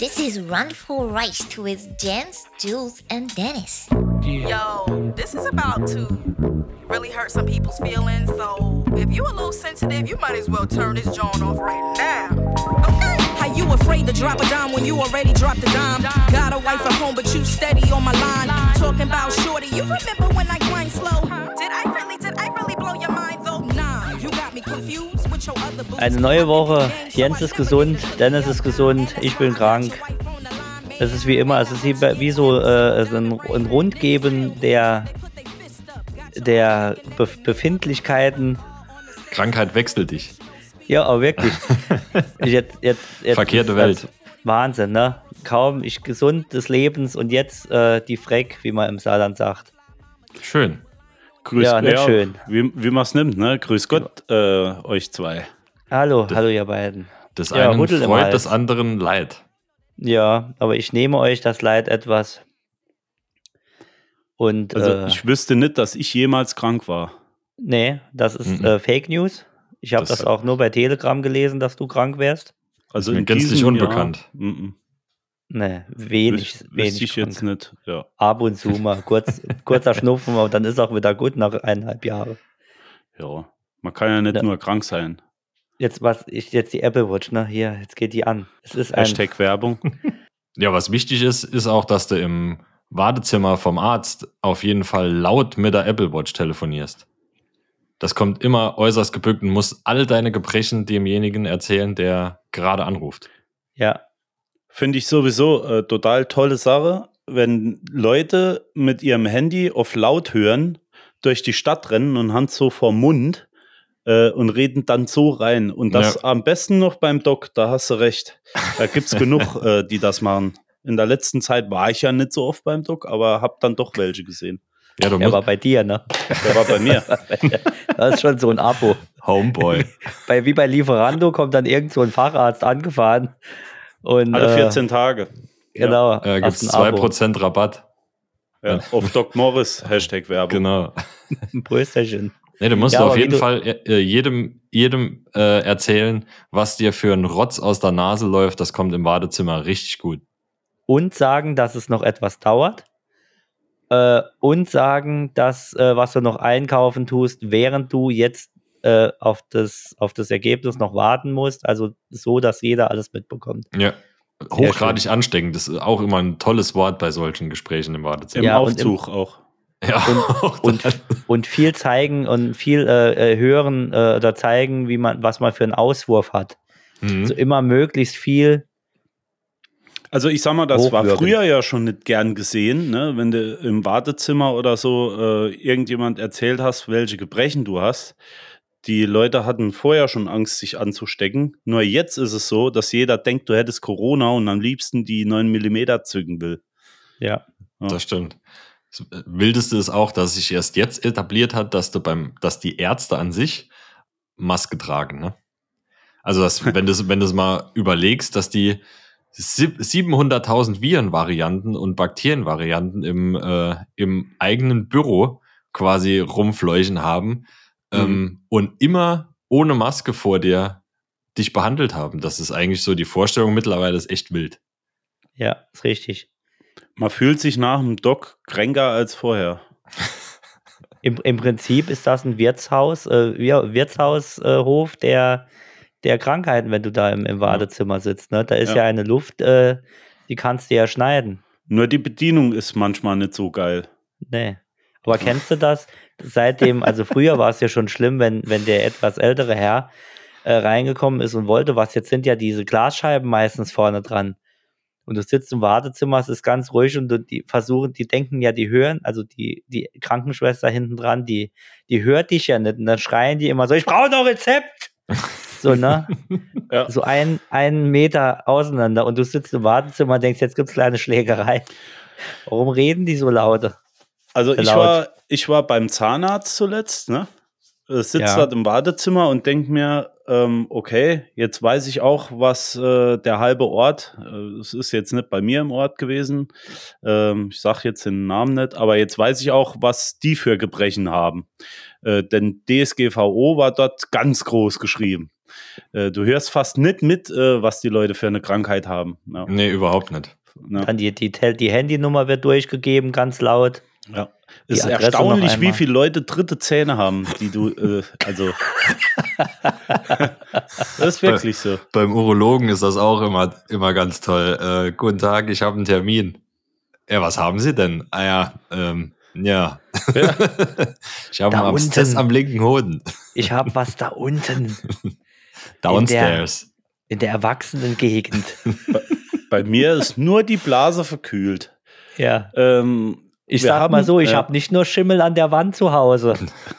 This is Run for Rice with Jens, Jules, and Dennis. Yo, this is about to really hurt some people's feelings. So if you a little sensitive, you might as well turn this joint off right now. Okay? How you afraid to drop a dime when you already dropped a dime? Got a wife at home, but you steady on my line. Talking about shorty, you remember when I grind slow? Did I really blow your mind though? Nah, you got me confused with your other boots. Eine neue Woche. Jens ist gesund, Dennis ist gesund, ich bin krank. Es ist wie immer, es ist wie so ein Rundgeben der Befindlichkeiten. Krankheit wechselt dich. Ja, aber wirklich. Jetzt Verkehrte Welt. Wahnsinn, ne? Kaum ich gesund des Lebens und jetzt die Freck, wie man im Saarland sagt. Schön. Grüß Ja, nicht schön. Wie man es nimmt, ne? Grüß Gott, euch zwei. Hallo ihr beiden. Des Ja, einen Huddel im Freud, Hals. des anderen Leid. Ja, aber ich nehme euch das Leid etwas. Und Also ich wüsste nicht, dass ich jemals krank war. nee, das ist Fake News. Ich habe Das- das auch nur bei Telegram gelesen, dass du krank wärst. Also Mir in gänzlich diesem unbekannt. Jahr, Nee, wenig wüsste ich krank. jetzt nicht. Ja. Ab und zu mal kurzer Schnupfen und dann ist auch wieder gut nach 1,5 Jahren. Ja, man kann ja nicht Ja. nur krank sein. Jetzt die Apple Watch, ne? Hier, jetzt geht die an. Es ist Hashtag Werbung. Ja, was wichtig ist auch, dass du im Wartezimmer vom Arzt auf jeden Fall laut mit der Apple Watch telefonierst. Das kommt immer äußerst gebückt und musst all deine Gebrechen demjenigen erzählen, der gerade anruft. Ja, Finde ich sowieso total tolle Sache, wenn Leute mit ihrem Handy auf laut hören, durch die Stadt rennen und haben so vor Mund und reden dann so rein. Und das Ja. am besten noch beim Doc, da hast du recht. Da gibt es genug, die das machen. In der letzten Zeit war ich ja nicht so oft beim Doc, aber habe dann doch welche gesehen. Ja, du er musst war bei dir, ne? Der war bei mir. Das ist schon so ein Abo. Homeboy. Wie bei Lieferando kommt dann irgend so ein Facharzt angefahren. Und, Alle 14 Tage. Genau. Gibt es hast ein Abo. 2% Rabatt. Ja, auf Doc Morris, Hashtag Werbung. Genau. Ein Prösterchen. Nee, du musst Ja, auf aber wie jeden du- Fall jedem erzählen, was dir für ein Rotz aus der Nase läuft. Das kommt im Badezimmer richtig gut. Und sagen, dass es noch etwas dauert. Und sagen, dass was du noch einkaufen tust, während du jetzt auf das Ergebnis noch warten musst. Also so, dass jeder alles mitbekommt. Ja. Hochgradig ansteckend. Das ist auch immer ein tolles Wort bei solchen Gesprächen im Badezimmer. Im Ja, und Aufzug auch. Ja, Und viel zeigen und viel hören oder zeigen, was man für einen Auswurf hat. Mhm. Also immer möglichst viel. Also ich sag mal, das war Hochwürdig. früher ja schon nicht gern gesehen, ne? Wenn du im Wartezimmer oder so irgendjemand erzählt hast, welche Gebrechen du hast. Die Leute hatten vorher schon Angst, sich anzustecken. Nur jetzt ist es so, dass jeder denkt, du hättest Corona und am liebsten die 9 mm zücken will. Ja. Das stimmt. Das Wildeste ist auch, dass sich erst jetzt etabliert hat, dass die Ärzte an sich Maske tragen. Ne? Also, wenn du es mal überlegst, dass die 700.000 Virenvarianten und Bakterienvarianten im eigenen Büro quasi rumfleuchen haben und immer ohne Maske vor dir dich behandelt haben. Das ist eigentlich so die Vorstellung mittlerweile, ist echt wild. Ja, ist richtig. Man fühlt sich nach dem Doc kränker als vorher. Im Prinzip ist das ein Wirtshaushof der Krankheiten, wenn du da im Badezimmer sitzt. Ne? Da ist Ja. ja eine Luft, die kannst du ja schneiden. Nur die Bedienung ist manchmal nicht so geil. Nee. Aber kennst du das? Seitdem, also früher war es ja schon schlimm, wenn der etwas ältere Herr reingekommen ist und wollte was. Jetzt sind ja diese Glasscheiben meistens vorne dran. Und du sitzt im Wartezimmer, es ist ganz ruhig und die denken ja, die hören, also die Krankenschwester hinten dran, die hört dich ja nicht. Und dann schreien die immer so, ich brauche noch Rezept! So, ne? Ja. So einen Meter auseinander und du sitzt im Wartezimmer und denkst, jetzt gibt's kleine Schlägerei. Warum reden die so laut? Also Laut. ich war beim Zahnarzt zuletzt, ne? Sitze Ja. dort im Badezimmer und denke mir, okay, jetzt weiß ich auch, was der halbe Ort, es ist jetzt nicht bei mir im Ort gewesen, ich sage jetzt den Namen nicht, aber jetzt weiß ich auch, was die für Gebrechen haben. Denn DSGVO war dort ganz groß geschrieben. Du hörst fast nicht mit, was die Leute für eine Krankheit haben. Ja. Nee, überhaupt nicht. Ja. Dann die Handynummer wird durchgegeben, ganz laut. Ja. Die Es ist Adresse erstaunlich, noch wie einmal. viele Leute dritte Zähne haben, die du, also. Das ist wirklich so. Beim Urologen ist das auch immer ganz toll. Guten Tag, ich habe einen Termin. Ja, was haben Sie denn? Ah ja, ja. Ich habe Da einen Abszess unten. am linken Hoden. Ich habe was da unten Downstairs. in der Erwachsenengegend. Bei mir ist nur die Blase verkühlt. Ja. Ich Wir sag haben, mal so, ich habe nicht nur Schimmel an der Wand zu Hause.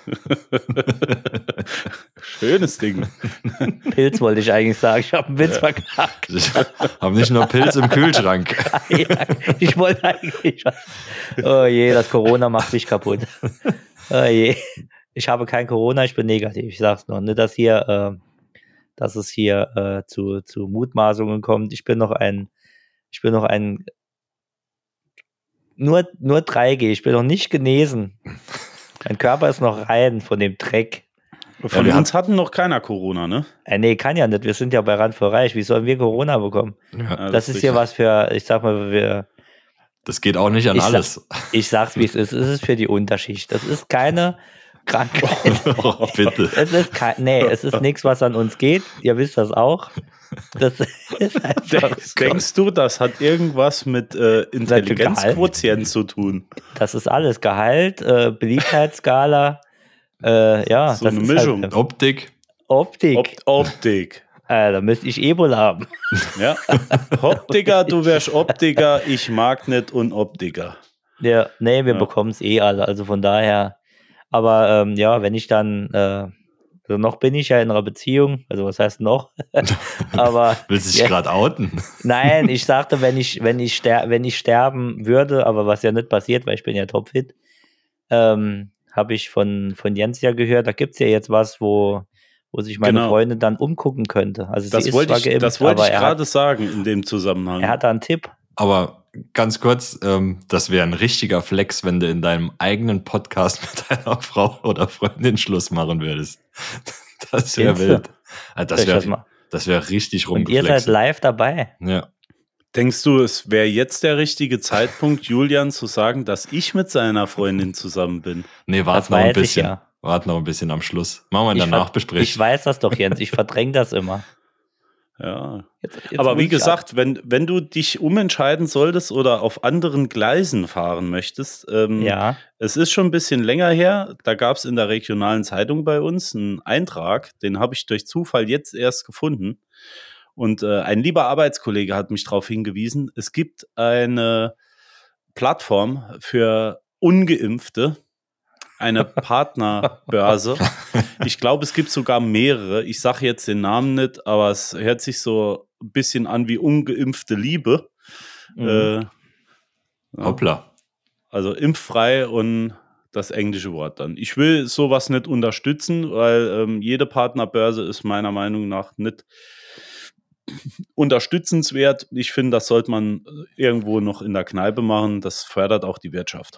Schönes Ding. Pilz wollte ich eigentlich sagen. Ich habe einen Witz verkackt. Ich habe nicht nur Pilz im Kühlschrank. Ja, ich wollte eigentlich. Oh je, das Corona macht mich kaputt. Oh je. Ich habe kein Corona, ich bin negativ. Ich sag's nur. Nicht, dass es hier zu Mutmaßungen kommt. Ich bin noch ein nur 3G. Ich bin noch nicht genesen. Mein Körper ist noch rein von dem Dreck. Von wir uns hatten noch keiner Corona, ne? Nee, kann ja nicht. Wir sind ja bei Rand für Reich. Wie sollen wir Corona bekommen? Ja, Das ist hier was für, ich sag mal, das geht auch nicht an alles. ich sag's wie es ist. Es ist für die Unterschicht. Das ist keine Krankheit. Oh, bitte. Es ist nichts, was an uns geht. Ihr wisst das auch. Das ist einfach so. Denkst du, das hat irgendwas mit Intelligenzquotient zu tun? Das ist alles. Gehalt, Beliebtheitsskala, ja. So das eine ist Mischung. Halt, Optik. Optik. Optik. Da müsste ich Ebola haben. Ja. Optiker, du wärst Optiker, ich mag nicht Unoptiker. Ja, nee, wir Ja. bekommen es alle. Also von daher. Aber ja, wenn ich dann, also noch bin ich ja in einer Beziehung. Also was heißt noch? Aber Willst du dich gerade outen? nein, ich sagte, wenn ich sterben würde, aber was ja nicht passiert, weil ich bin ja topfit, habe ich von Jens ja gehört, da gibt es ja jetzt was, wo sich meine Genau. Freundin dann umgucken könnte. Also Das sie ist wollte zwar ich, geimpft, das wollte aber ich er gerade sagen in dem Zusammenhang. hat da einen Tipp. Aber ganz kurz, das wäre ein richtiger Flex, wenn du in deinem eigenen Podcast mit deiner Frau oder Freundin Schluss machen würdest. Das wäre Findest du? wild. Also Soll ich das mal? das wäre richtig Und ihr seid rumgeflext. live dabei. Ja. Denkst du, es wäre jetzt der richtige Zeitpunkt, Julian, zu sagen, dass ich mit seiner Freundin zusammen bin? Nee, Das warte noch ein weiß ich bisschen. ja. Warte noch ein bisschen am Schluss. Machen wir in der Ich Nachbesprechung. weiß das doch, Jens. Ich verdränge das immer. Ja. Jetzt Aber muss wie ich gesagt, wenn du dich umentscheiden solltest oder auf anderen Gleisen fahren möchtest, ja, es ist schon ein bisschen länger her, da gab es in der regionalen Zeitung bei uns einen Eintrag, den habe ich durch Zufall jetzt erst gefunden. Und ein lieber Arbeitskollege hat mich darauf hingewiesen, es gibt eine Plattform für Ungeimpfte, eine Partnerbörse. Ich glaube, es gibt sogar mehrere. Ich sage jetzt den Namen nicht, aber es hört sich so ein bisschen an wie ungeimpfte Liebe. Mhm. Ja. Hoppla. Also impffrei und das englische Wort dann. Ich will sowas nicht unterstützen, weil jede Partnerbörse ist meiner Meinung nach nicht unterstützenswert. Ich finde, das sollte man irgendwo noch in der Kneipe machen. Das fördert auch die Wirtschaft.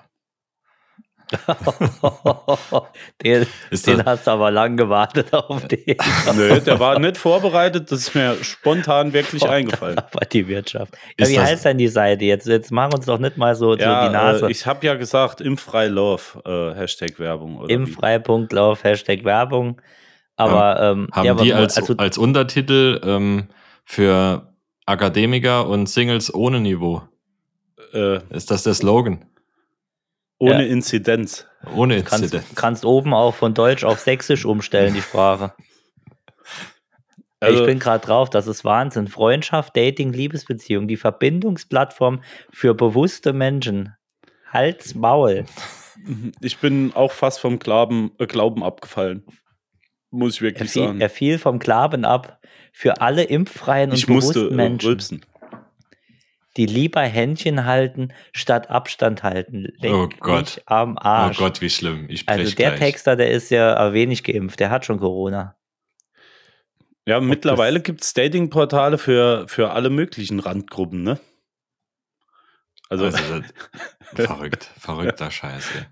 den Ist das- hast du aber lang gewartet auf den. Nö, der war nicht vorbereitet. Das ist mir spontan wirklich eingefallen. Aber die Wirtschaft. Ja, Ist wie das- heißt denn die Seite jetzt? Jetzt machen wir uns doch nicht mal so die Nase. Ich habe ja gesagt, impffrei Love, Hashtag Werbung. Oder wie? Impffrei.lauf, Hashtag Werbung. Aber Haben ja, die aber- als Untertitel für Akademiker und Singles ohne Niveau? Ist das der Slogan? Ohne Ja. Inzidenz. Ohne Inzidenz. kannst oben auch von Deutsch auf Sächsisch umstellen, die Sprache. Also- Ich bin gerade drauf, das ist Wahnsinn. Freundschaft, Dating, Liebesbeziehung, die Verbindungsplattform für bewusste Menschen. Halt's Maul. Ich bin auch fast vom Glauben abgefallen. Muss ich wirklich sagen. Er fiel vom Glauben ab für alle impffreien und Ich musste bewussten Menschen, rülpsen. die lieber Händchen halten, statt Abstand halten. Leck Oh Gott. mich am Oh Arsch. Gott, wie schlimm. Ich brech Also der gleich. Texter, der ist ja wenig geimpft, der hat schon Corona. Ja, mittlerweile gibt es Dating-Portale für alle möglichen Randgruppen, ne? Also, Verrückter Scheiß. Ey.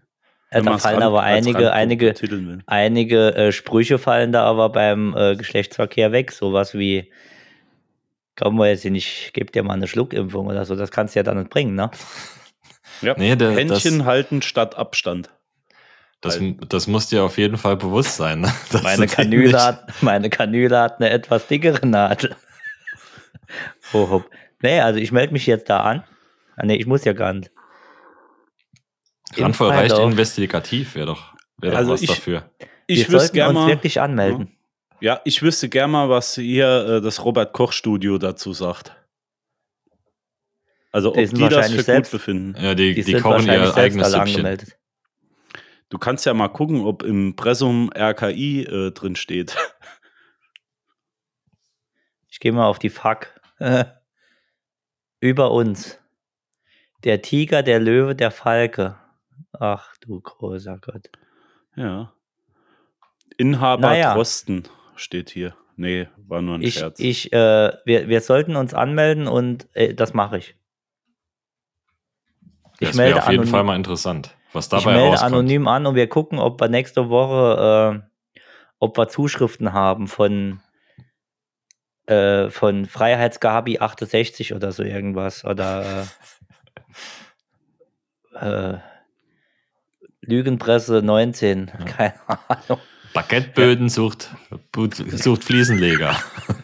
Wenn Da man's fallen ran- aber als Randgruppe einige betiteln will. Sprüche fallen da aber beim Geschlechtsverkehr weg. Sowas wie, komm mal jetzt hin, ich gebe dir mal eine Schluckimpfung oder so. Das kannst du ja dann nicht bringen, ne? Ja. Nee, Händchen halten statt Abstand. das muss dir auf jeden Fall bewusst sein. Ne? dass Meine du den Kanüle hat eine etwas dickere Nadel. Oh, hopp. Nee, also ich melde mich jetzt da an. Ah, nee, ich muss ja gar nicht. Randvoll reicht Impfreiter. investigativ, wäre doch Also was dafür. Ich Wir wüsste sollten gerne uns mal, wirklich anmelden. ja, ich wüsste gerne mal, was hier das Robert-Koch-Studio dazu sagt. Also, Die ob sind die das wahrscheinlich für selbst- gut befinden. Ja, die sind kochen wahrscheinlich ihr selbst eigenes alle Süppchen. angemeldet. Du kannst ja mal gucken, ob im Impressum RKI drin steht. Ich gehe mal auf die Fuck. Über uns. Der Tiger, der Löwe, der Falke. Ach du großer Gott. Ja. Inhaber Naja. Drosten steht hier. Nee, war nur ein Scherz. Wir sollten uns anmelden und das mache ich. Ich Das wäre melde auf jeden anonym- Fall mal interessant, was Ich dabei melde rauskommt. anonym an und wir gucken, ob wir nächste Woche ob wir Zuschriften haben von Freiheitsgabi 68 oder so irgendwas. Oder Lügenpresse 19. Keine Ahnung. Baguetteböden sucht Fliesenleger.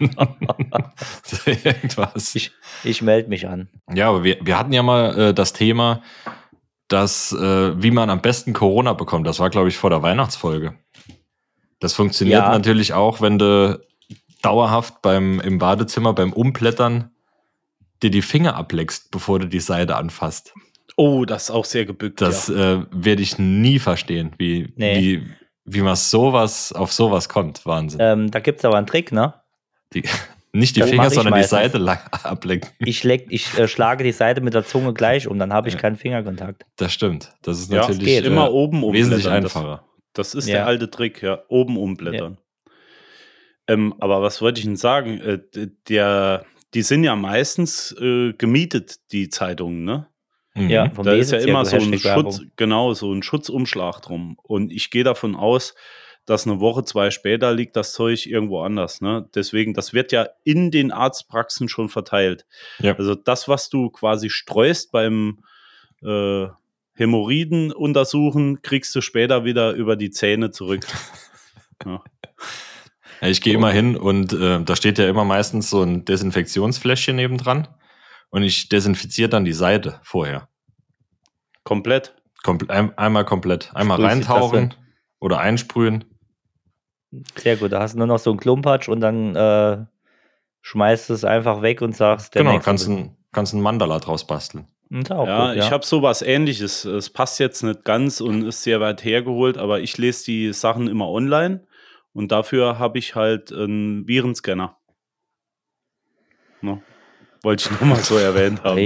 Irgendwas. Ich melde mich an. Ja, aber wir hatten ja mal das Thema, dass wie man am besten Corona bekommt. Das war, glaube ich, vor der Weihnachtsfolge. Das funktioniert Ja. natürlich auch, wenn du dauerhaft im Badezimmer beim Umblättern dir die Finger ableckst, bevor du die Seite anfasst. Oh, das ist auch sehr gebückt. Das ja. werde ich nie verstehen, wie man auf sowas kommt. Wahnsinn. Da gibt es aber einen Trick, ne? Nicht die das Finger, mach ich sondern die meistens. Seite ablecken. Ich schlage die Seite mit der Zunge gleich um, dann habe ich keinen Fingerkontakt. Das stimmt. Das ist Ja, natürlich geht. Immer oben wesentlich umblättern. einfacher. Das ist Ja. der alte Trick, ja. Oben umblättern. Aber was wollte ich denn sagen? Die sind ja meistens gemietet, die Zeitungen, ne? Mhm. Ja, vom Da ist ja Lesezirkel, immer so ein Hashtag Werbung. Schutz, genau, so ein Schutzumschlag drum. Und ich gehe davon aus, dass eine Woche, 2 später liegt das Zeug irgendwo anders. Ne? Deswegen, das wird ja in den Arztpraxen schon verteilt. Ja. Also das, was du quasi streust beim Hämorrhoiden untersuchen, kriegst du später wieder über die Zähne zurück. Ja. Ja, ich gehe immer hin und da steht ja immer meistens so ein Desinfektionsfläschchen nebendran und ich desinfiziere dann die Seite vorher. Komplett. Einmal komplett. Einmal Sprühst die reintauchen Tasse. oder einsprühen. Sehr gut, da hast du nur noch so einen Klumpatsch und dann schmeißt du es einfach weg und sagst, der Genau, nächste. kannst ein Mandala draus basteln. Ist auch Ja, gut, ich habe sowas Ähnliches. Es passt jetzt nicht ganz und ist sehr weit hergeholt, aber ich lese die Sachen immer online und dafür habe ich halt einen Virenscanner. No. Wollte ich nur mal so erwähnt haben.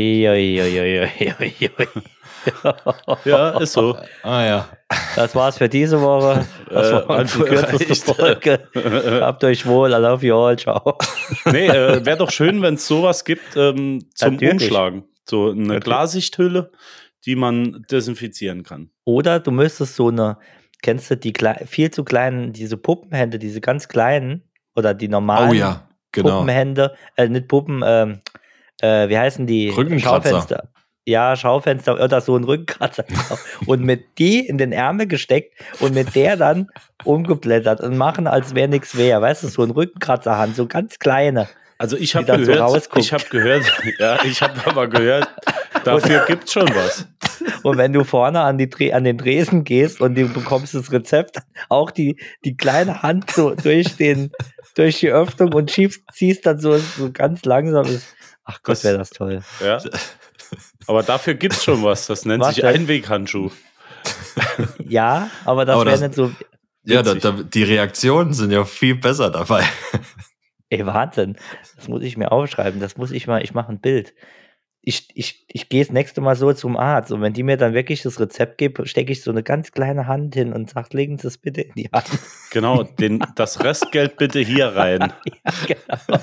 Ja, ist so. Ah ja. Das war's für diese Woche. Das war die kürzeste Folge. Habt euch wohl, I love you all, ciao. Nee, wäre doch schön, wenn es sowas gibt zum Natürlich. Umschlagen. So eine Natürlich. Klarsichthülle, die man desinfizieren kann. Oder du müsstest kennst du die viel zu kleinen, diese Puppenhände, diese ganz kleinen oder die normalen Oh ja, genau. Puppenhände, nicht Puppen, wie heißen die? Rückenkratzer. Schaufenster. Ja, Schaufenster oder so ein Rückenkratzer. Und mit die in den Ärmel gesteckt und mit der dann umgeblättert und machen, als wäre nichts wäre. Weißt du, so ein Rückenkratzerhand, so ganz kleine. Also ich Die habe dann so gehört, rausguckt. ich habe aber gehört, dafür gibt's schon was. Und wenn du vorne an den Tresen gehst und du bekommst das Rezept, auch die kleine Hand so durch die Öffnung und ziehst dann so ganz langsam. Ach Gott, wäre das toll. Ja. Aber dafür gibt's schon was. Das nennt Was sich denn? Einweghandschuh. Ja, aber das Aber wäre das- nicht so. Ja, Witzig. die Reaktionen sind ja viel besser dabei. Ey, Wahnsinn. Das muss ich mir aufschreiben. Ich mache ein Bild. Ich gehe das nächste Mal so zum Arzt und wenn die mir dann wirklich das Rezept geben, stecke ich so eine ganz kleine Hand hin und sage, legen Sie es bitte in die Hand. Genau, das Restgeld bitte hier rein. Ja, genau.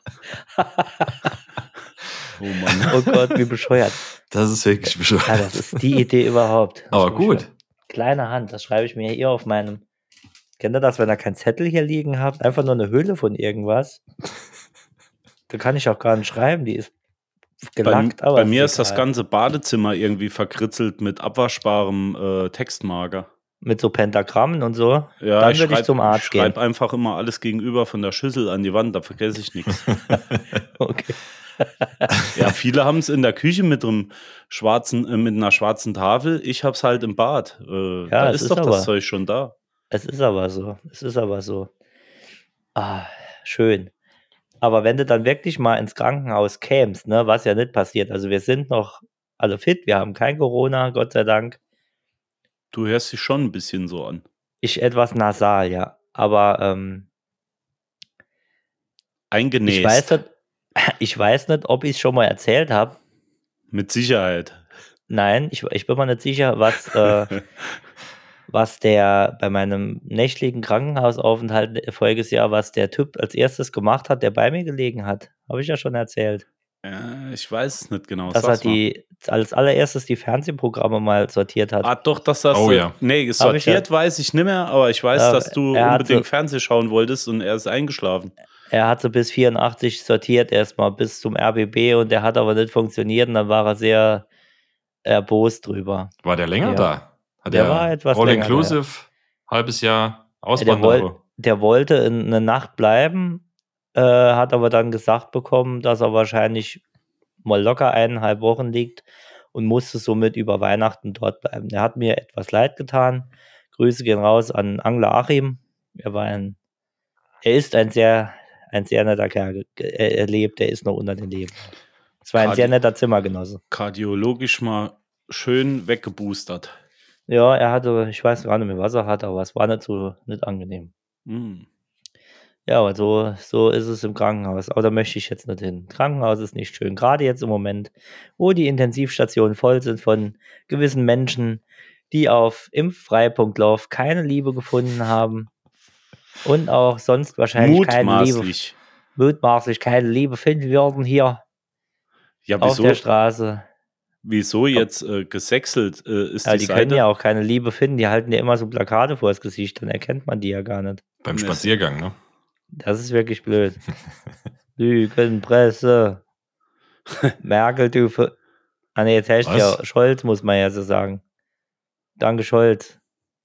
Oh Mann. Oh Gott, wie bescheuert. Das ist wirklich Ja, bescheuert. das ist die Idee überhaupt. Aber gut. Kleine Hand, das schreibe ich mir hier auf meinem. Kennt ihr das, wenn ihr keinen Zettel hier liegen habt? Einfach nur eine Hülle von irgendwas. Da kann ich auch gar nicht schreiben, die ist gelackt, aber Bei ist mir ist das egal. ganze Badezimmer irgendwie verkritzelt mit abwaschbarem Textmarker. Mit so Pentagrammen und so. Ja, Dann würde ich zum ich Arzt gehen. schreibe einfach immer alles gegenüber von der Schüssel an die Wand, da vergesse ich nichts. Okay. Ja, viele haben es in der Küche mit einer schwarzen Tafel. Ich hab's halt im Bad. Da es ist ist doch aber- das Zeug schon da. Es ist aber so. Es ist aber so. Ah, schön. Aber wenn du dann wirklich mal ins Krankenhaus kämst, ne, was ja nicht passiert, also wir sind noch alle fit, wir haben kein Corona, Gott sei Dank. Du hörst dich schon ein bisschen so an. Ich etwas nasal, ja. Aber Eingenäst. ich weiß nicht, ob ich es schon mal erzählt habe. Mit Sicherheit. Nein, ich bin mir nicht sicher, was der bei meinem nächtlichen Krankenhausaufenthalt voriges Jahr, was der Typ als erstes gemacht hat, der bei mir gelegen hat. Habe ich ja schon erzählt. Ja, ich weiß es nicht genau. Dass er Sag's mal. als allererstes die Fernsehprogramme mal sortiert hat. Ah, doch, dass das. Oh, ja. Nee, Hab ich sortiert weiß ich nicht mehr, aber ich weiß, Ja, dass du er hat unbedingt so- Fernsehen schauen wolltest und er ist eingeschlafen. Er hat so bis 84 sortiert, erstmal bis zum RBB, und der hat aber nicht funktioniert, und dann war er sehr erbost drüber. War der länger Ja. da? Hat Der er war etwas All länger, inclusive, halbes Jahr Der, Auswanderer. der wollte eine Nacht bleiben, hat aber dann gesagt bekommen, dass er wahrscheinlich mal locker 1,5 Wochen liegt und musste somit über Weihnachten dort bleiben. Er hat mir etwas leid getan. Grüße gehen raus an Angler Achim. Er ist ein sehr netter Kerl. Er ist noch unter den Leben. Es war ein Kadi- sehr netter Zimmergenosse. Kardiologisch mal schön weggeboostert. Ja, er hatte, ich weiß gar nicht mehr, was er hatte, aber es war nicht angenehm. Hm. Ja, aber so ist es im Krankenhaus. Aber da möchte ich jetzt nicht hin. Krankenhaus ist nicht schön. Gerade jetzt im Moment, wo die Intensivstationen voll sind von gewissen Menschen, die auf Impffrei.lauf keine Liebe gefunden haben und auch sonst wahrscheinlich mutmaßlich keine Liebe finden würden hier Ja, auf der Straße. wieso jetzt gesächselt ist Ja, die die können Seite? ja auch keine Liebe finden. Die halten ja immer so Plakate vor das Gesicht, dann erkennt man die ja gar nicht. Beim Nee. Spaziergang, ne? Das ist wirklich blöd. Lügenpresse. Merkel, du. Jetzt heißt Was? ja Scholz, muss man ja so sagen. Danke, Scholz.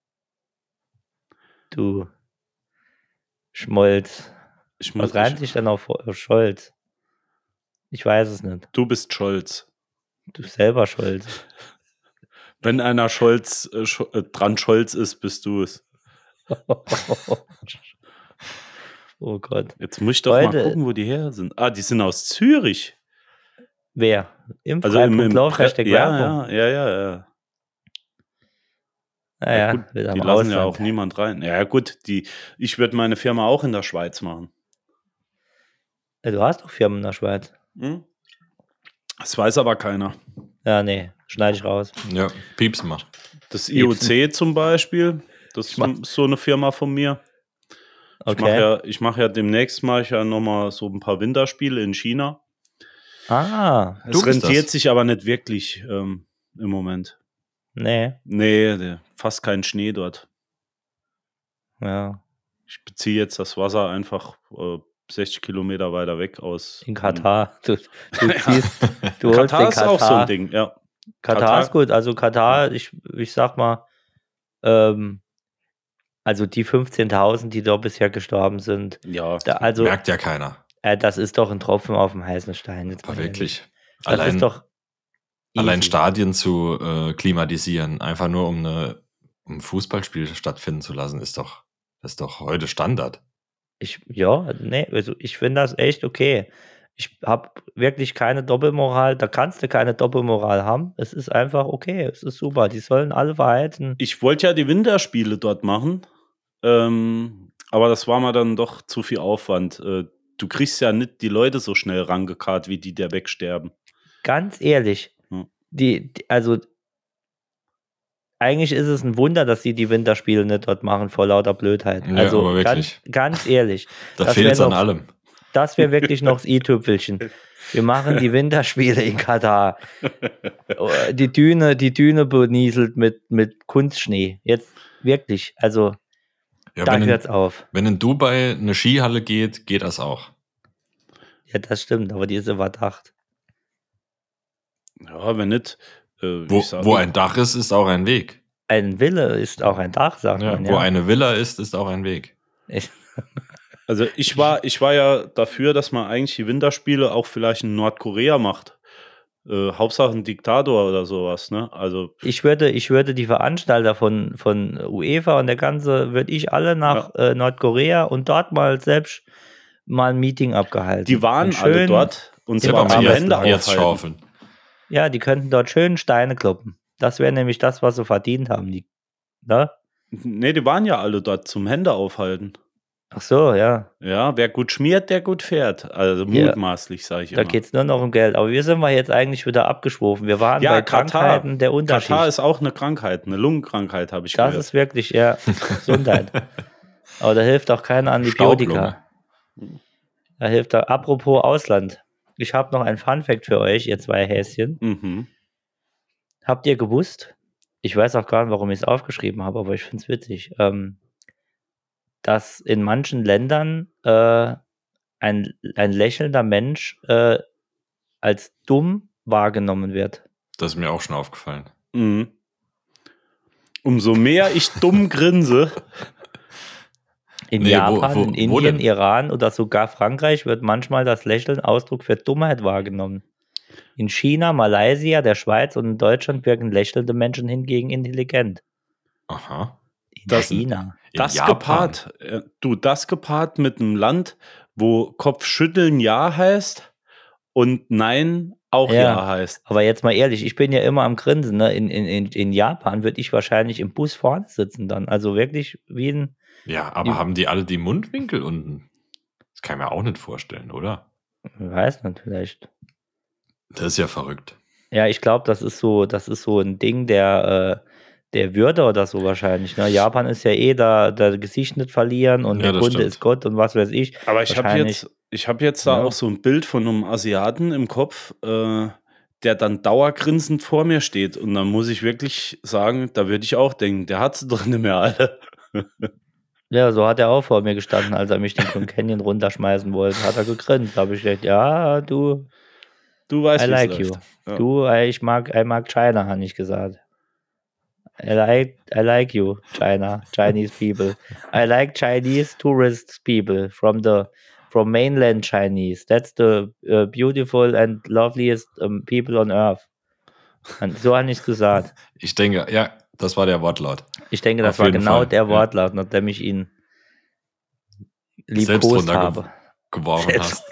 Du Schmolz. Was reimt sich denn auf Scholz? Ich weiß es nicht. Du bist Scholz. Du selber Scholz. Wenn einer Scholz dran Scholz ist, bist du es. Oh Gott. Jetzt muss ich doch mal Heute- gucken, wo die her sind. Ah, die sind aus Zürich. Wer? Im Also Freipunktlauf, Hashtag ja, Werbung. Ja. Naja, gut, wieder die im lassen ja Ausland. auch niemand rein. Ja gut, ich würde meine Firma auch in der Schweiz machen. Ja, du hast doch Firmen in der Schweiz. Hm? Das weiß aber keiner. Ja, nee, schneide ich raus. Ja, Pieps macht. Das IOC zum Beispiel, das ist so eine Firma von mir. Okay. Ich mache ja demnächst nochmal so ein paar Winterspiele in China. Ah, Es Du bist rentiert das. sich aber nicht wirklich im Moment. nee. Nee, fast kein Schnee dort. Ja. Ich beziehe jetzt das Wasser einfach 60 Kilometer weiter weg aus. In Katar. Du holst Katar den ist auch so ein Ding, ja. Katar ist gut. Also Katar, ich sag mal, also die 15.000, die dort bisher gestorben sind, Ja, also Merkt ja keiner. das ist doch ein Tropfen auf dem heißen Stein. Jetzt Aber mal ehrlich. wirklich. Das Allein, ist doch allein easy. Stadien zu klimatisieren, einfach nur um ein Fußballspiel stattfinden zu lassen, das ist doch heute Standard. Also ich finde das echt okay. Ich habe wirklich keine Doppelmoral. Da kannst du keine Doppelmoral haben. Es ist einfach okay. Es ist super. Die sollen alle verheizen. ich wollte ja die Winterspiele dort machen, aber das war mir dann doch zu viel Aufwand. Du kriegst ja nicht die Leute so schnell rangekarrt, wie die der wegsterben. Ganz ehrlich, Hm. also eigentlich ist es ein Wunder, dass sie die Winterspiele nicht dort machen vor lauter Blödheit. Ja, Also aber wirklich. ganz ehrlich. Da Das fehlt es wär an doch- allem. Das wäre wirklich noch das i-Tüpfelchen. Wir machen die Winterspiele in Katar. Die Düne benieselt mit Kunstschnee. Jetzt wirklich, also Ja, da hört's auf. Wenn in Dubai eine Skihalle geht das auch. Ja, das stimmt, aber die ist überdacht. Ja, wenn nicht. Wo ein Dach ist auch ein Weg. Ein Wille ist auch ein Dach, sagt man. Wo eine Villa ist auch ein Weg. Also ich war ja dafür, dass man eigentlich die Winterspiele auch vielleicht in Nordkorea macht. Hauptsache ein Diktator oder sowas, ne? Also Ich würde die Veranstalter von UEFA und der ganze, würde ich alle nach Nordkorea und dort mal selbst mal ein Meeting abgehalten. die waren Und alle schön- dort und Ja, zwar aber am jetzt- Ende Jetzt aufhalten. schaufeln. Ja, die könnten dort schön Steine kloppen. Das wäre nämlich das, was sie verdient haben. Ne? Nee, die waren ja alle dort zum Hände aufhalten. Ach so, ja. Ja, wer gut schmiert, der gut fährt. Also Ja. mutmaßlich, sage ich Da immer. geht es nur noch um Geld. Aber wir sind jetzt eigentlich wieder abgeschwofen. Wir waren Ja, bei Katar. Krankheiten der Unterschied. Katar ist auch eine Krankheit, eine Lungenkrankheit, habe ich Das gehört. ist wirklich, ja, Gesundheit. Aber da hilft auch keine Antibiotika. Da hilft da. Apropos Ausland. Ich habe noch ein Funfact für euch, ihr zwei Häschen. Mhm. Habt ihr gewusst, ich weiß auch gar nicht, warum ich es aufgeschrieben habe, aber ich finde es witzig, dass in manchen Ländern ein lächelnder Mensch als dumm wahrgenommen wird. Das ist mir auch schon aufgefallen. Mhm. Umso mehr ich dumm grinse, In Nee, Japan, wo in Indien, denn? Iran oder sogar Frankreich wird manchmal das Lächeln Ausdruck für Dummheit wahrgenommen. In China, Malaysia, der Schweiz und in Deutschland wirken lächelnde Menschen hingegen intelligent. Aha. In Das- China. In das Japan. gepaart mit einem Land, wo Kopfschütteln Ja heißt und Nein auch Ja. Ja heißt. Aber jetzt mal ehrlich, ich bin ja immer am Grinsen. Ne? In Japan würde ich wahrscheinlich im Bus vorne sitzen dann. Also wirklich wie ein. Ja, aber Ja. haben die alle die Mundwinkel unten? Das kann ich mir auch nicht vorstellen, oder? Ich weiß nicht, vielleicht. Das ist ja verrückt. Ja, ich glaube, das ist so ein Ding der Würde oder so wahrscheinlich. Ne? Japan ist ja da Gesicht nicht verlieren und Ja, der das Kunde stimmt. ist Gott und was weiß ich. Aber ich habe Wahrscheinlich- jetzt da Ja. auch so ein Bild von einem Asiaten im Kopf, der dann dauergrinsend vor mir steht. Und dann muss ich wirklich sagen, da würde ich auch denken, der hat sie doch nicht mehr alle. Ja, so hat er auch vor mir gestanden, als er mich den Grand Canyon runterschmeißen wollte. Hat er gegrinst. Da habe ich gedacht, ja, du, Du weißt, I wie like es you. läuft. Ja. Du, I mag China, habe ich gesagt. I like you, Chinese people. I like Chinese tourist people from mainland Chinese. That's the beautiful and loveliest people on earth. Und so habe ich es gesagt. Ich denke, ja, das war der Wortlaut. Ich denke, das Auf war jeden genau Fall, der ja. Wortlaut, nachdem ich ihn Selbst liebkost habe. runtergeworfen hast.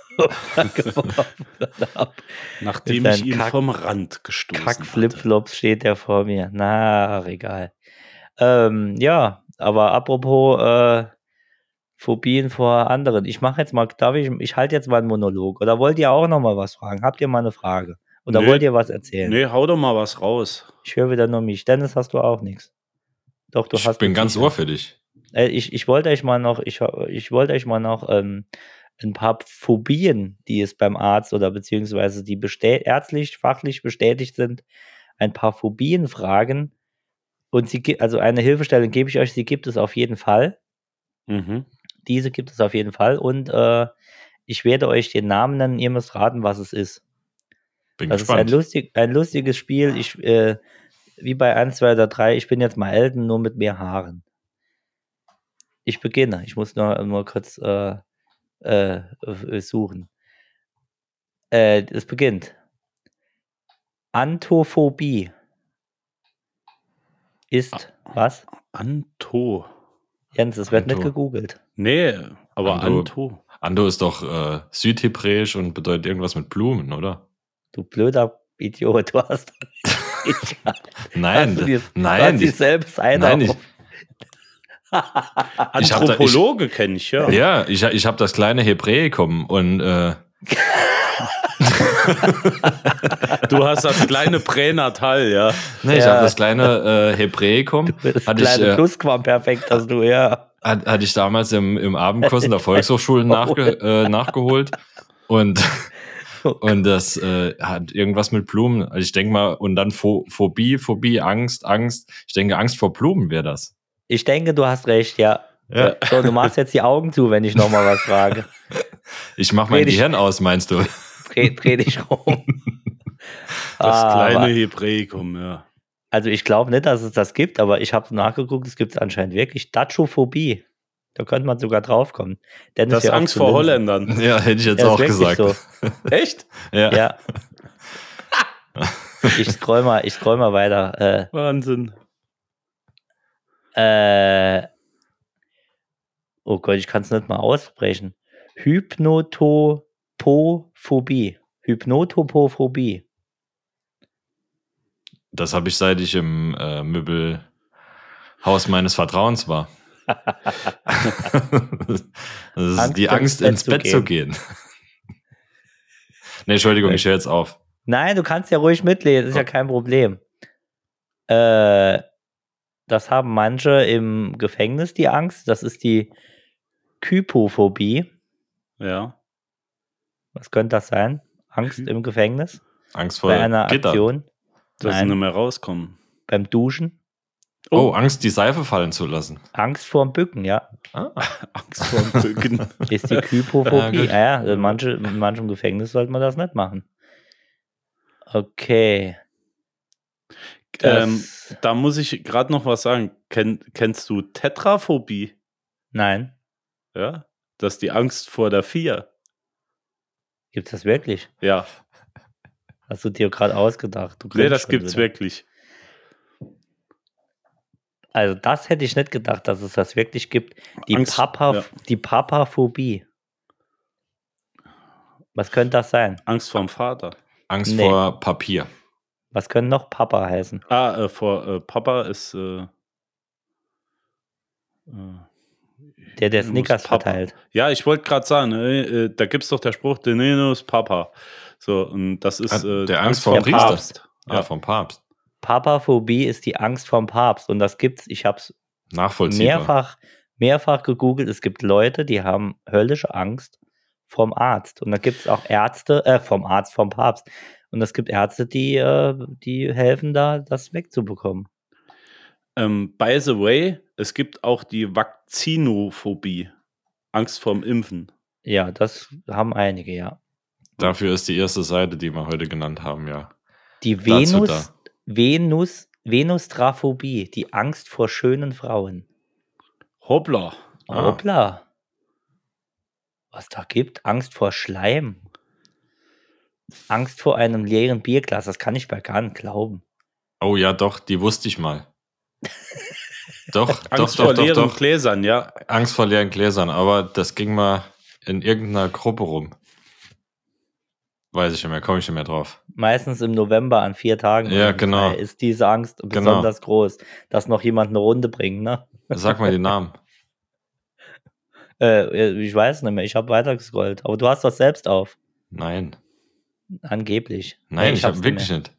Nachdem Mit ich seinen ihn Kack- vom Rand gestoßen hatte. Kack-Flipflops steht der vor mir. Na, ach, egal. Ja, aber apropos Phobien vor anderen. Ich mache jetzt mal, ich halte jetzt mal einen Monolog. Oder wollt ihr auch noch mal was fragen? Habt ihr mal eine Frage? Oder Nee. wollt ihr was erzählen? Nee, hau doch mal was raus. Ich höre wieder nur mich. Dennis, hast du auch nichts? Doch, du Ich hast bin mit ganz Sicherheit. ohr für dich. Ich wollte euch mal noch, ich wollte euch mal noch ein paar Phobien, die es beim Arzt oder beziehungsweise die ärztlich, fachlich bestätigt sind, ein paar Phobien fragen. Und also eine Hilfestellung gebe ich euch, sie gibt es auf jeden Fall. Mhm. Diese gibt es auf jeden Fall. Und ich werde euch den Namen nennen, ihr müsst raten, was es ist. Bin Das gespannt. ist ein lustiges Spiel. Wie bei 1, 2 oder 3, ich bin jetzt mal Elton, nur mit mehr Haaren. Ich beginne. Ich muss nur kurz suchen. Es beginnt. Anthophobie ist was? Anto. Jens, es wird nicht Anto. gegoogelt. Nee, aber Anto. Anto. Ando ist doch südhebräisch und bedeutet irgendwas mit Blumen, oder? Du blöder Idiot, du hast Nein, hast du nein, dieselbe Seite nein, auf. Ich hab da- Anthropologe kenne ich, ja. ja, ich habe das kleine Hebräikum und Du hast das kleine Pränatal, ja. Nee, ich Ja. habe das kleine Hebräikum. Das Hatte ich, kleine Plusquamperfekt hast du, ja. hatte ich damals im Abendkurs in der Volkshochschule nachgeholt. Und das hat irgendwas mit Blumen. Also ich denke mal, und dann Phobie, Angst. Ich denke, Angst vor Blumen wäre das. Ich denke, du hast recht, ja. Ja. So, du machst jetzt die Augen zu, wenn ich nochmal was frage. Ich mache mein Dreh dich- Gehirn aus, meinst du? Dreh dich rum. Das kleine Aber- Hebräikum, ja. Also ich glaube nicht, dass es das gibt, aber ich habe nachgeguckt, es gibt es anscheinend wirklich. Dachophobie. Da könnte man sogar draufkommen. Dennis Das ist hör auf Angst zu vor linsen. Holländern. Ja, hätte ich jetzt Ja, ist auch wirklich gesagt. so. Echt? Ja. Ja. Ich scroll mal weiter. Wahnsinn. Oh Gott, ich kann es nicht mal aussprechen. Hypnotopophobie. Hypnotopophobie. Das habe ich, seit ich im Möbelhaus meines Vertrauens war. Das ist Angst, die Angst, ins Bett zu gehen. Nee, Entschuldigung, ich höre jetzt auf. Nein, du kannst ja ruhig mitlesen, ist ja kein Problem. Das haben manche im Gefängnis, die Angst. Das ist die Kypophobie. Ja. Was könnte das sein? Angst im Gefängnis? Angst vor Bei einer Gitter. Aktion? Dass sie Nein. nicht mehr rauskommen. Beim Duschen? Oh, Angst, die Seife fallen zu lassen. Angst vorm Bücken, ja. Angst vor dem Bücken. Ist die Kypophobie. gut. Ja, in manchem Gefängnis sollte man das nicht machen. Okay. Da muss ich gerade noch was sagen. Kennst du Tetraphobie? Nein. Ja. Das ist die Angst vor der 4. Gibt's das wirklich? Ja. Hast du dir gerade ausgedacht? Du Nee, grinst das schon gibt's wieder. wirklich. Also das hätte ich nicht gedacht, dass es das wirklich gibt. Die Angst, ja. Die Papaphobie. Was könnte das sein? Angst vorm Vater. Angst Nee. vor Papier. Was können noch Papa heißen? Vor Papa ist Der Nenus Snickers Papa. verteilt. Ja, ich wollte gerade sagen, da gibt's doch der Spruch, der Nenus Papa. So, und das ist Der Angst vor vor dem Priester. Papst. Ja, vom Papst. Papaphobie ist die Angst vorm Papst. Und das gibt's, ich habe es Nachvollziehbar. mehrfach gegoogelt. Es gibt Leute, die haben höllische Angst vom Arzt. Und da gibt es auch Ärzte, vom Papst. Und es gibt Ärzte, die helfen da, das wegzubekommen. By the way, es gibt auch die Vakzinophobie. Angst vorm Impfen. Ja, das haben einige, ja. Dafür ist die erste Seite, die wir heute genannt haben, ja. Die Dazu da. Venustraphobie, die Angst vor schönen Frauen. Hoppla. Ah. Hoppla. Was da gibt? Angst vor Schleim. Angst vor einem leeren Bierglas. Das kann ich bei gar nicht glauben. Oh ja, doch, die wusste ich mal. Angst vor leeren Gläsern, ja. Angst vor leeren Gläsern, aber das ging mal in irgendeiner Gruppe rum. Weiß ich nicht mehr, komme ich nicht mehr drauf. Meistens im November an 4 Tagen. Ja, genau. Ist diese Angst besonders groß, dass noch jemand eine Runde bringt, ne? Sag mal den Namen. Ich weiß nicht mehr, ich habe weitergescrollt. Aber du hast das selbst auf. Nein. Angeblich. Nein, ich hab's habe wirklich mehr. nicht.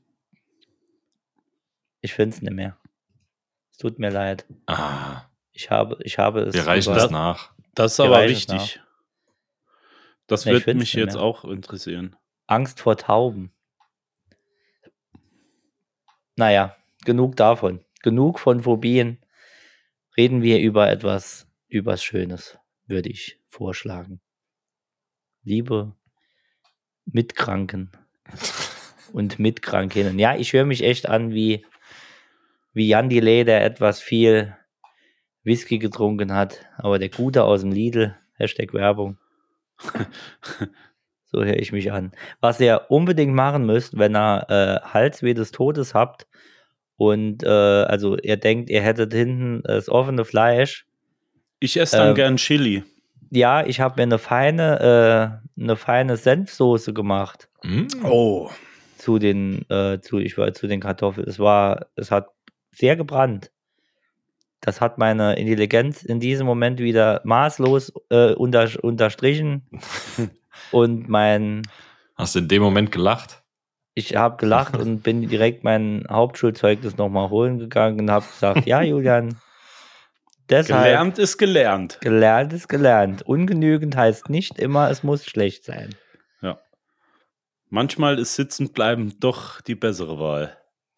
Ich finde es nicht mehr. Es tut mir leid. Ah, Ich habe es. wir reichen über- das nach. Das ist Wir aber reichen es wichtig. Das Nee, ich wird find's mich nicht jetzt mehr. auch interessieren. Angst vor Tauben. Naja, genug davon. Genug von Phobien. Reden wir über etwas Schönes, würde ich vorschlagen. Liebe Mitkranken und Mitkrankinnen. Ja, ich höre mich echt an wie Jan Delay, der etwas viel Whisky getrunken hat, aber der Gute aus dem Lidl, Hashtag Werbung. So höre ich mich an. Was ihr unbedingt machen müsst, wenn ihr Halsweh des Todes habt und also ihr denkt, ihr hättet hinten das offene Fleisch. Ich esse dann gern Chili. Ja, ich habe mir eine feine Senfsoße gemacht Oh. zu den Kartoffeln. Es hat sehr gebrannt. Das hat meine Intelligenz in diesem Moment wieder maßlos unterstrichen und mein Hast du in dem Moment gelacht? Ich habe gelacht und bin direkt mein Hauptschulzeugnis nochmal holen gegangen und habe gesagt, ja, Julian, deshalb Gelernt ist gelernt. gelernt ist gelernt. Ungenügend heißt nicht immer, es muss schlecht sein. Ja. Manchmal ist sitzen bleiben doch die bessere Wahl.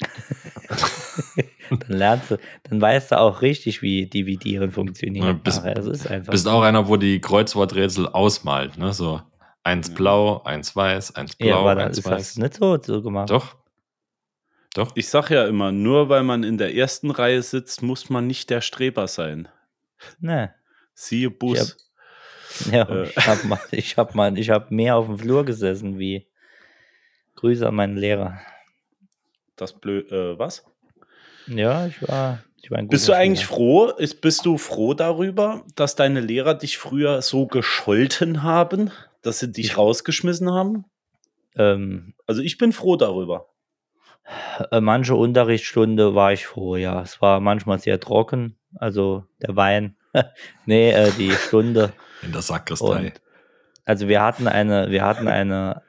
Dann weißt du auch richtig, wie Dividieren funktioniert. Ja, Das ist einfach. Bist auch einer, wo die Kreuzworträtsel ausmalt, ne? So 1 blau, 1 weiß, 1 ja, blau, aber das 1 ist das weiß. nicht so gemacht. Doch. Ich sag ja immer, nur weil man in der ersten Reihe sitzt, muss man nicht der Streber sein. Ne. Siehe Bus. Ja, ich hab mehr auf dem Flur gesessen wie Grüße an meinen Lehrer. Das was? Ja, ich war ein Bist guter du eigentlich Schüler. bist du froh darüber, dass deine Lehrer dich früher so gescholten haben, dass sie dich rausgeschmissen haben? Also ich bin froh darüber. Manche Unterrichtsstunde war ich froh, ja. Es war manchmal sehr trocken, also der Wein. Nee, die Stunde. In der Sakristei. Und also wir hatten eine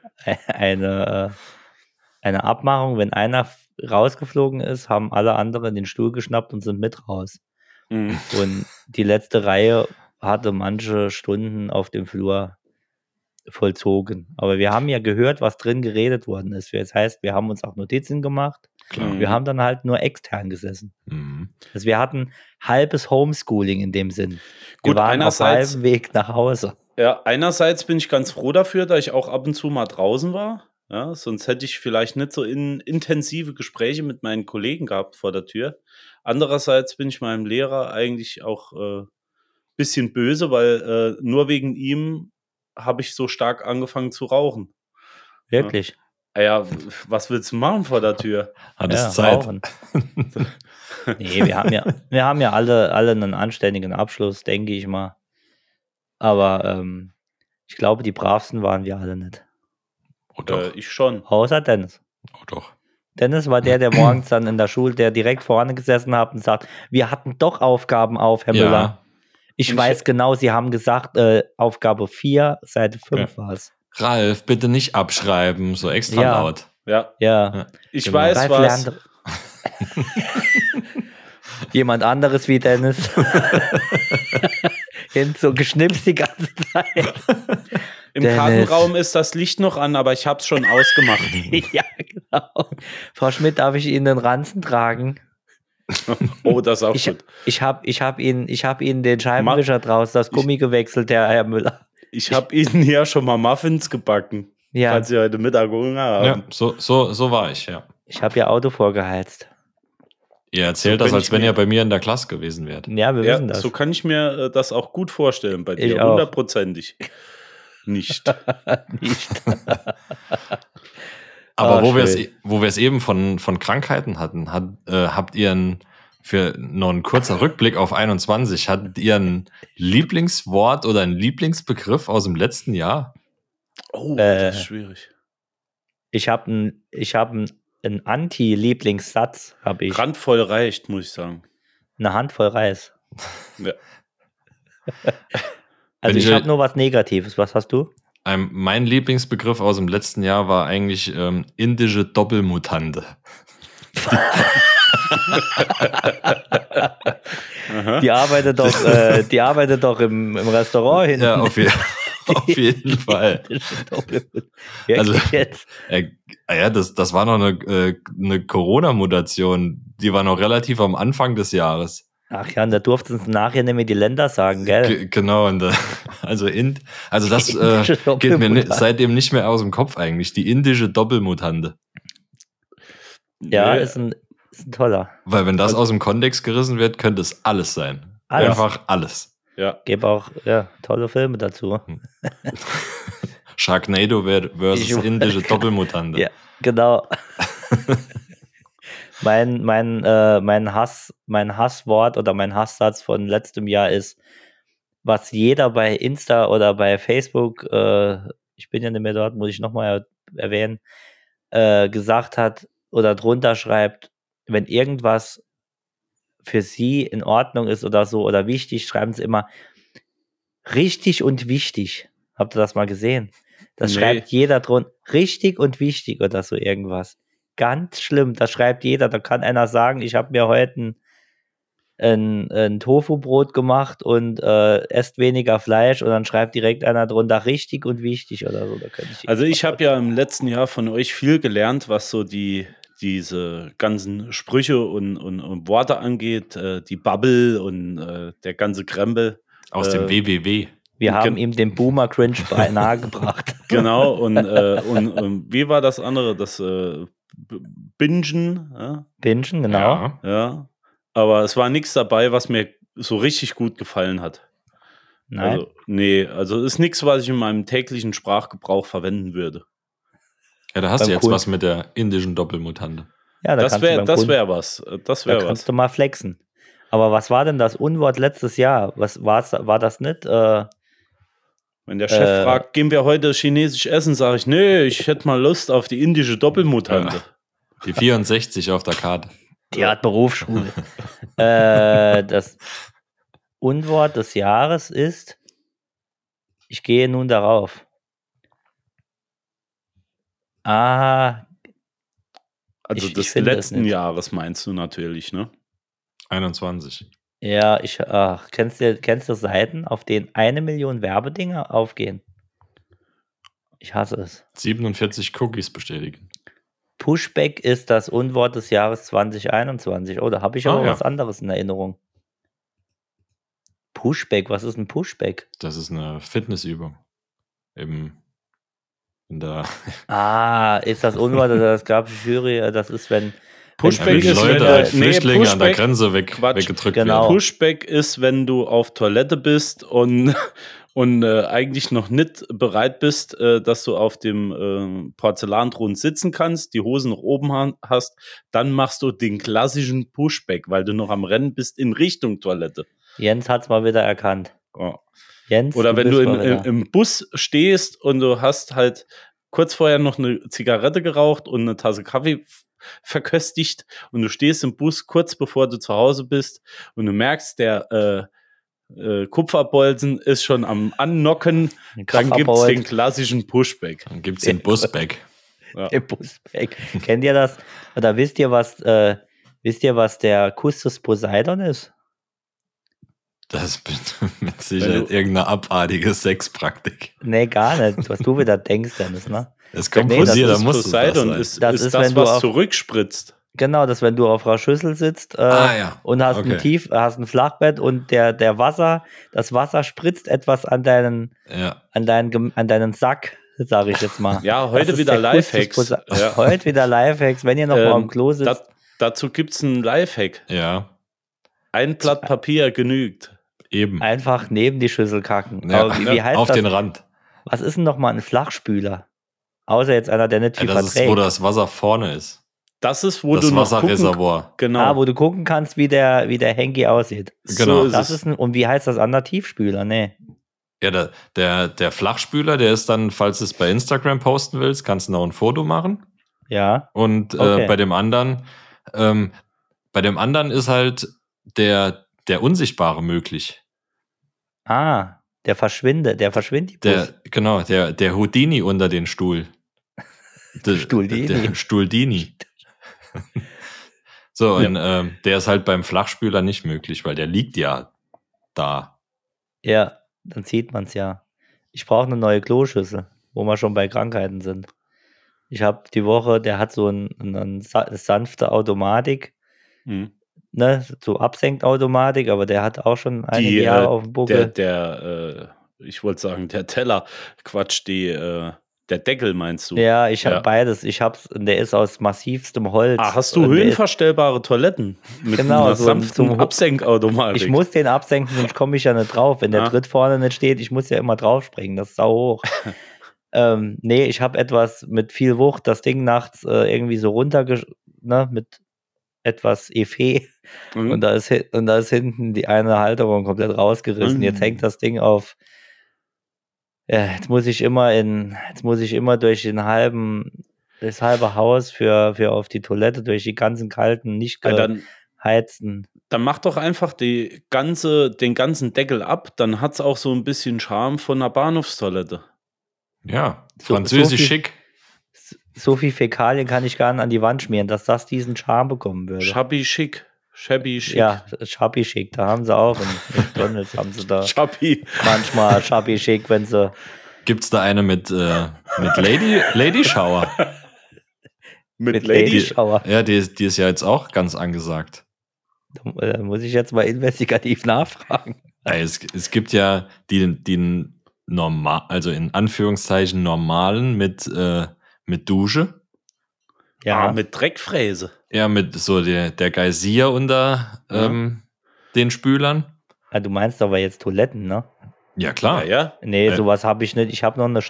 Abmachung, wenn einer rausgeflogen ist, haben alle anderen den Stuhl geschnappt und sind mit raus. Mhm. Und die letzte Reihe hatte manche Stunden auf dem Flur vollzogen. Aber wir haben ja gehört, was drin geredet worden ist. Das heißt, wir haben uns auch Notizen gemacht. Klar. Wir haben dann halt nur extern gesessen. Mhm. Also wir hatten halbes Homeschooling in dem Sinn. Wir Gut, waren auf einerseits- halbem Weg nach Hause. Ja, einerseits bin ich ganz froh dafür, dass ich auch ab und zu mal draußen war. Ja, sonst hätte ich vielleicht nicht so intensive Gespräche mit meinen Kollegen gehabt vor der Tür. Andererseits bin ich meinem Lehrer eigentlich auch ein bisschen böse, weil nur wegen ihm habe ich so stark angefangen zu rauchen. Wirklich. Ja, was willst du machen vor der Tür? Hattest Zeit. Rauchen. Nee, wir haben ja alle einen anständigen Abschluss, denke ich mal. Aber ich glaube, die bravsten waren wir alle nicht. Oh doch. Ich schon. Außer Dennis. Oh doch. Dennis war der morgens dann in der Schule, der direkt vorne gesessen hat und sagt, wir hatten doch Aufgaben auf, Herr Müller. Ja. Ich weiß genau, Sie haben gesagt, Aufgabe 4, Seite 5 war es. Ralf, bitte nicht abschreiben, so extra Ja. laut. Ja, Ja. ich Genau. weiß Ralf was. lernt- Jemand anderes wie Dennis. Hin so geschnipst die ganze Zeit. Im Dennis. Kartenraum ist das Licht noch an, aber ich habe es schon ausgemacht. Ja, genau. Frau Schmidt, darf ich Ihnen den Ranzen tragen? Oh, das ist auch Ich, gut. ich hab Ihnen den Scheibenwischer draus, das Gummi gewechselt, der Herr Müller. Ich habe Ihnen ja schon mal Muffins gebacken, Ja, falls Sie heute Mittag Hunger haben. Ja, so war ich, ja. ich habe Ihr Auto vorgeheizt. Ihr erzählt So das, bin als ich wenn mir- ihr bei mir in der Klasse gewesen wärt. Ja, wir Ja, wissen das. so kann ich mir das auch gut vorstellen bei Ich dir. auch. 100%ig. Nicht. Nicht. Aber Ah, schön. wo wir es eben von Krankheiten hatten, habt ihr für noch ein kurzer Rückblick auf 21, hattet ihr ein Lieblingswort oder einen Lieblingsbegriff aus dem letzten Jahr? Oh, das ist schwierig. Ich habe einen Anti-Lieblingssatz, habe ich. Randvoll reicht, muss ich sagen. Eine Handvoll Reis. Ja. Also Wenn ich ich- habe nur was Negatives. Was hast du? Mein Lieblingsbegriff aus dem letzten Jahr war eigentlich indische Doppelmutante. Die arbeitet doch im Restaurant hin. Ja, auf jeden Fall. Wirklich Also- jetzt? Ja, das war noch eine Corona-Mutation. Die war noch relativ am Anfang des Jahres. Ach ja, und da durften sie nachher nicht mehr die Länder sagen, gell? Genau, und also das Indische geht mir Doppelmutante. seitdem nicht mehr aus dem Kopf eigentlich. Die indische Doppelmutante. Ja, Nee, ist ein toller. Weil wenn das aus dem Kontext gerissen wird, könnte es alles sein. Alles. Einfach alles. ja. Gäbe auch tolle Filme dazu. Sharknado versus Ich- indische Doppelmutante. Ja, genau. mein Hasswort oder mein Hasssatz von letztem Jahr ist, was jeder bei Insta oder bei Facebook, ich bin ja nicht mehr dort, muss ich nochmal erwähnen, gesagt hat oder drunter schreibt, wenn irgendwas für sie in Ordnung ist oder so oder wichtig, schreiben sie immer richtig und wichtig. Habt ihr das mal gesehen? Das Nee. schreibt jeder drunter. Richtig und wichtig oder so irgendwas. Ganz schlimm. Das schreibt jeder. Da kann einer sagen, ich habe mir heute ein Tofu-Brot gemacht und esst weniger Fleisch und dann schreibt direkt einer drunter richtig und wichtig oder so. Da könnte ich Also ich habe ja im letzten Jahr von euch viel gelernt, was so diese ganzen Sprüche und Worte angeht, die Bubble und der ganze Krempel. Aus dem WWW. Wir haben ihm den Boomer-Cringe nahegebracht. Genau, und wie war das andere? Das Bingen, ja? Bingen, genau. Ja. Ja. Aber es war nichts dabei, was mir so richtig gut gefallen hat. Nein. Also ist nichts, was ich in meinem täglichen Sprachgebrauch verwenden würde. Ja, da hast Beim du jetzt Kunden. was mit der indischen Doppelmutante. Ja, da Das kannst du beim Kunden- wäre was. Das Da wäre kannst was. du mal flexen. Aber was war denn das Unwort letztes Jahr? Was war das nicht? Wenn der Chef fragt, gehen wir heute chinesisch essen, sage ich, nee, ich hätte mal Lust auf die indische Doppelmutante. Die 64 auf der Karte. Die Art Berufsschule. Das Unwort des Jahres ist, ich gehe nun darauf. Also Ich des finde es letzten nicht. Jahres meinst du natürlich, ne? 21. Ja, kennst du Seiten, auf denen 1 Million Werbedinger aufgehen? Ich hasse es. 47 Cookies bestätigen. Pushback ist das Unwort des Jahres 2021. Oh, da habe ich aber ja. was anderes in Erinnerung. Pushback, was ist ein Pushback? Das ist eine Fitnessübung. In der Ist das Unwort, das gab es Jury, das ist, wenn Pushback die ist, wenn Leute, du- nee, Flüchtlinge an der Pushback- Grenze Quatsch. weggedrückt Genau. werden. Pushback ist, wenn du auf Toilette bist und eigentlich noch nicht bereit bist, dass du auf dem Porzellanthron sitzen kannst, die Hosen noch oben hast, dann machst du den klassischen Pushback, weil du noch am Rennen bist in Richtung Toilette. Jens hat es mal wieder erkannt. Ja. Jens, Oder wenn bist du mal wieder. im Bus stehst und du hast halt kurz vorher noch eine Zigarette geraucht und eine Tasse Kaffee verköstigt und du stehst im Bus kurz bevor du zu Hause bist und du merkst, der Kupferbolzen ist schon am Annocken, dann gibt es den klassischen Pushback. Dann gibt es den Busback. Im Busback. Kennt ihr das? Oder wisst ihr, was der Kuss des Poseidon ist? Das ist mit Sicherheit irgendeine abartige Sexpraktik. Nee, gar nicht. Was du wieder denkst, Dennis, ne? Es kommt Nee, von das dir, da ist muss es das Poseidon, sein. ist Das das, ist, wenn du was auf- zurückspritzt. Genau, dass wenn du auf einer Schüssel sitzt Ja. und hast Okay. hast ein Flachbett und das Wasser spritzt etwas an deinen Sack, sage ich jetzt mal. Ja, heute Das ist wieder der Kuss des Lifehacks. Poseidon. Ja. Heute wieder Lifehacks, wenn ihr noch mal am Klo sitzt. Dazu gibt es einen Lifehack. Ja, Ein Blatt Papier genügt. eben. Einfach neben die Schüssel kacken. Ja, Aber wie heißt auf das? den Rand. Was ist denn nochmal ein Flachspüler? Außer jetzt einer, der nicht Ja, viel das ist, verträgt. wo das Wasser vorne ist. Das ist, wo Das du noch gucken, Wasserreservoir. genau. Wo du gucken kannst, wie der Henki aussieht. Genau. So ist Das es. ist und wie heißt das andere? Tiefspüler? Nee. Ja, der Flachspüler, der ist dann, falls du es bei Instagram posten willst, kannst du noch ein Foto machen. Ja. Und Okay. bei dem anderen ist halt der Unsichtbare möglich. Der verschwindet die Bus. Der Houdini unter den Stuhl. Stuhldini. Der Stuhldini. So, und der ist halt beim Flachspüler nicht möglich, weil der liegt ja da. Ja, dann sieht man es ja. Ich brauche eine neue Kloschüssel, wo wir schon bei Krankheiten sind. Ich habe die Woche, der hat so eine sanfte Automatik, Mhm. ne, so Absenkautomatik, aber der hat auch schon einige Jahre auf dem Buckel. Ich wollte sagen, der Teller, Quatsch, der Deckel meinst du? Ja, ich habe Ja. beides. Der ist aus massivstem Holz. Hast du Und der ist- höhenverstellbare Toiletten mit Genau, einer so sanften zum- Absenkautomatik? Ich muss den absenken, sonst komme ich ja nicht drauf. Wenn der Ja. Tritt vorne nicht steht, ich muss ja immer draufspringen. Das ist sau hoch. Nee, ich habe etwas mit viel Wucht, das Ding nachts irgendwie so mit etwas Effet. Mhm. Und da ist hinten die eine Halterung komplett rausgerissen. Jetzt hängt das Ding auf. Ja, jetzt muss ich immer durch das halbe Haus für auf die Toilette, durch die ganzen kalten, nicht dann geheizten. mach doch einfach den ganzen Deckel ab, dann hat es auch so ein bisschen Charme von einer Bahnhofstoilette. Ja, So- französisch so viel- schick. So viel Fäkalien kann ich gar nicht an die Wand schmieren, dass das diesen Charme bekommen würde. Shabby schick. Ja, Shabby Chic, da haben sie auch. In McDonalds haben sie da Shabby. manchmal Shabby Chic, wenn sie. Gibt's da eine mit Lady Shower? Mit Lady Lady. Shower. Ja, die ist ja jetzt auch ganz angesagt. Da muss ich jetzt mal investigativ nachfragen. Es gibt ja die normal, also in Anführungszeichen normalen mit Dusche. Ja, Mit Dreckfräse. Ja, mit so der Geysir unter den Spülern. du meinst aber jetzt Toiletten, ne? Ja, klar. Ja. Nee, sowas habe ich nicht. Ich habe noch eine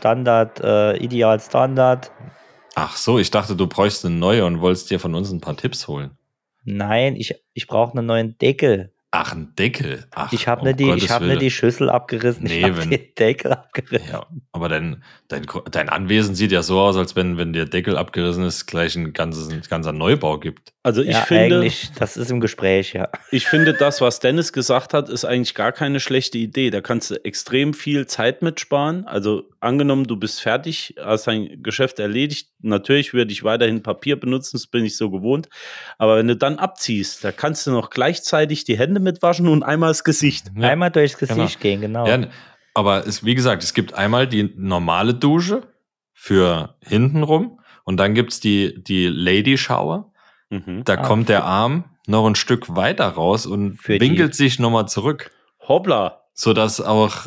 Ideal Standard. Ach so, ich dachte, du bräuchst eine neue und wolltest dir von uns ein paar Tipps holen. Nein, ich brauche einen neuen Deckel. Ach, ein Deckel. Ach, Ich habe um nicht Gottes nicht Willen. die Schüssel abgerissen, ich Nee, habe wenn- den Deckel abgerissen. Ja, aber dein Anwesen sieht ja so aus, als wenn der Deckel abgerissen ist, gleich ein ganzer Neubau gibt. Also ich Ja, finde, eigentlich, das ist im Gespräch, ja. ich finde, das, was Dennis gesagt hat, ist eigentlich gar keine schlechte Idee. Da kannst du extrem viel Zeit mitsparen. Also angenommen, du bist fertig, hast dein Geschäft erledigt. Natürlich würde ich weiterhin Papier benutzen, das bin ich so gewohnt. Aber wenn du dann abziehst, da kannst du noch gleichzeitig die Hände mitwaschen und einmal das Gesicht. Ja. Einmal durchs Gesicht gehen, genau. Ja, aber wie gesagt, es gibt einmal die normale Dusche für hintenrum und dann gibt's die Lady Shower. Da kommt der Arm noch ein Stück weiter raus und Für die- winkelt sich nochmal zurück, Hoppla. sodass auch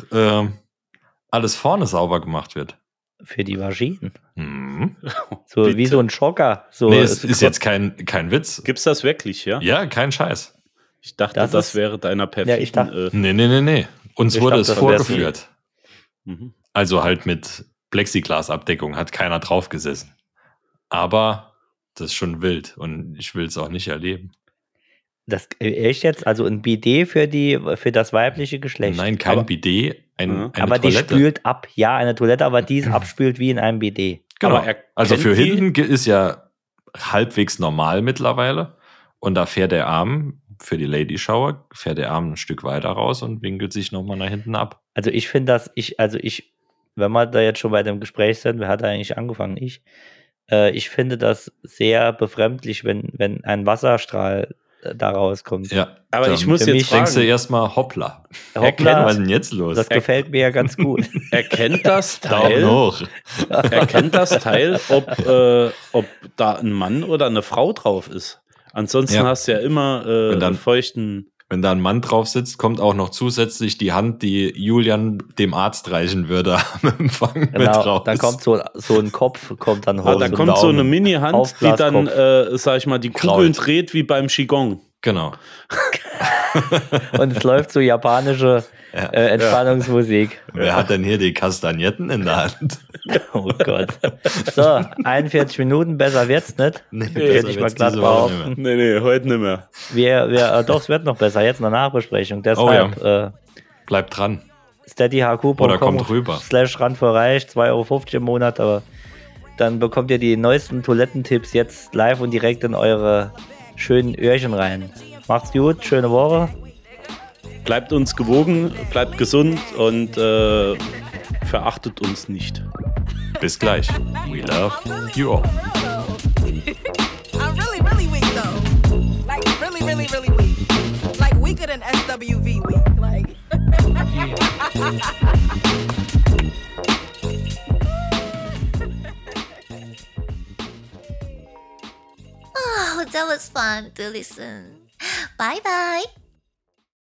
alles vorne sauber gemacht wird. Für die Vaginen. Mhm. So Bitte? wie so ein Schocker. So, Nee, es ist jetzt kein Witz. Gibt's das wirklich, ja? Ja, kein Scheiß. Ich dachte, Das das ist- wäre deiner Ja, ich perfekten... dachte- Nee. Uns Ich wurde dachte, es das wär's vorgeführt. Mhm. Also halt mit Plexiglasabdeckung, hat keiner drauf gesessen. Aber das ist schon wild und ich will es auch nicht erleben. Das echt jetzt? Also ein Bidet für das weibliche Geschlecht. Nein, kein Aber- Bidet, eine aber die Toilette. spült ab. Ja, eine Toilette, aber die es abspült wie in einem Bidet. Genau. Aber er Also kennt für die- hinten ist ja halbwegs normal mittlerweile. Und da fährt der Arm, für die Lady Shower, fährt der Arm ein Stück weiter raus und winkelt sich nochmal nach hinten ab. Also ich finde das, wenn wir da jetzt schon bei dem Gespräch sind, wer hat eigentlich angefangen? Ich finde das sehr befremdlich, wenn ein Wasserstrahl da rauskommt. Ja. Aber da- ich muss für mich jetzt denkst du fragen, erstmal, hoppla. Hoppla, Was ist denn jetzt los? das gefällt mir ja ganz gut. erkennt das Daumen Teil, hoch. erkennt das Teil, ob da ein Mann oder eine Frau drauf ist. Ansonsten Ja. hast du ja immer Wenn dann- einen feuchten... Wenn da ein Mann drauf sitzt, kommt auch noch zusätzlich die Hand, die Julian dem Arzt reichen würde am Empfang mit Genau, raus. dann kommt so ein Kopf, kommt dann hoch. Ah, da so ein kommt so eine Daumen. Mini-Hand, die dann, sag ich mal, die Kugeln Krault. dreht wie beim Qigong. Genau. Und es läuft so japanische Entspannungsmusik. Wer hat denn hier die Kastagnetten in der Hand? Oh Gott. So, 41 Minuten, besser wird's nicht. Hätte ich mal glatt behaupten. Nee, heute nicht mehr. Doch, es wird noch besser, jetzt eine Nachbesprechung. Deshalb Bleibt dran. steadyhq.com Oder kommt rüber. /randvoorreich, 2,50 € im Monat, aber dann bekommt ihr die neuesten Toilettentipps jetzt live und direkt in eure schönen Öhrchen rein. Macht's gut, schöne Woche. Bleibt uns gewogen, bleibt gesund und verachtet uns nicht. Bis gleich. We love you all. I'm really, really weak though. Like really, really, really weak. Like weaker than SWV weak. Like. Oh, that was fun to listen. Bye bye.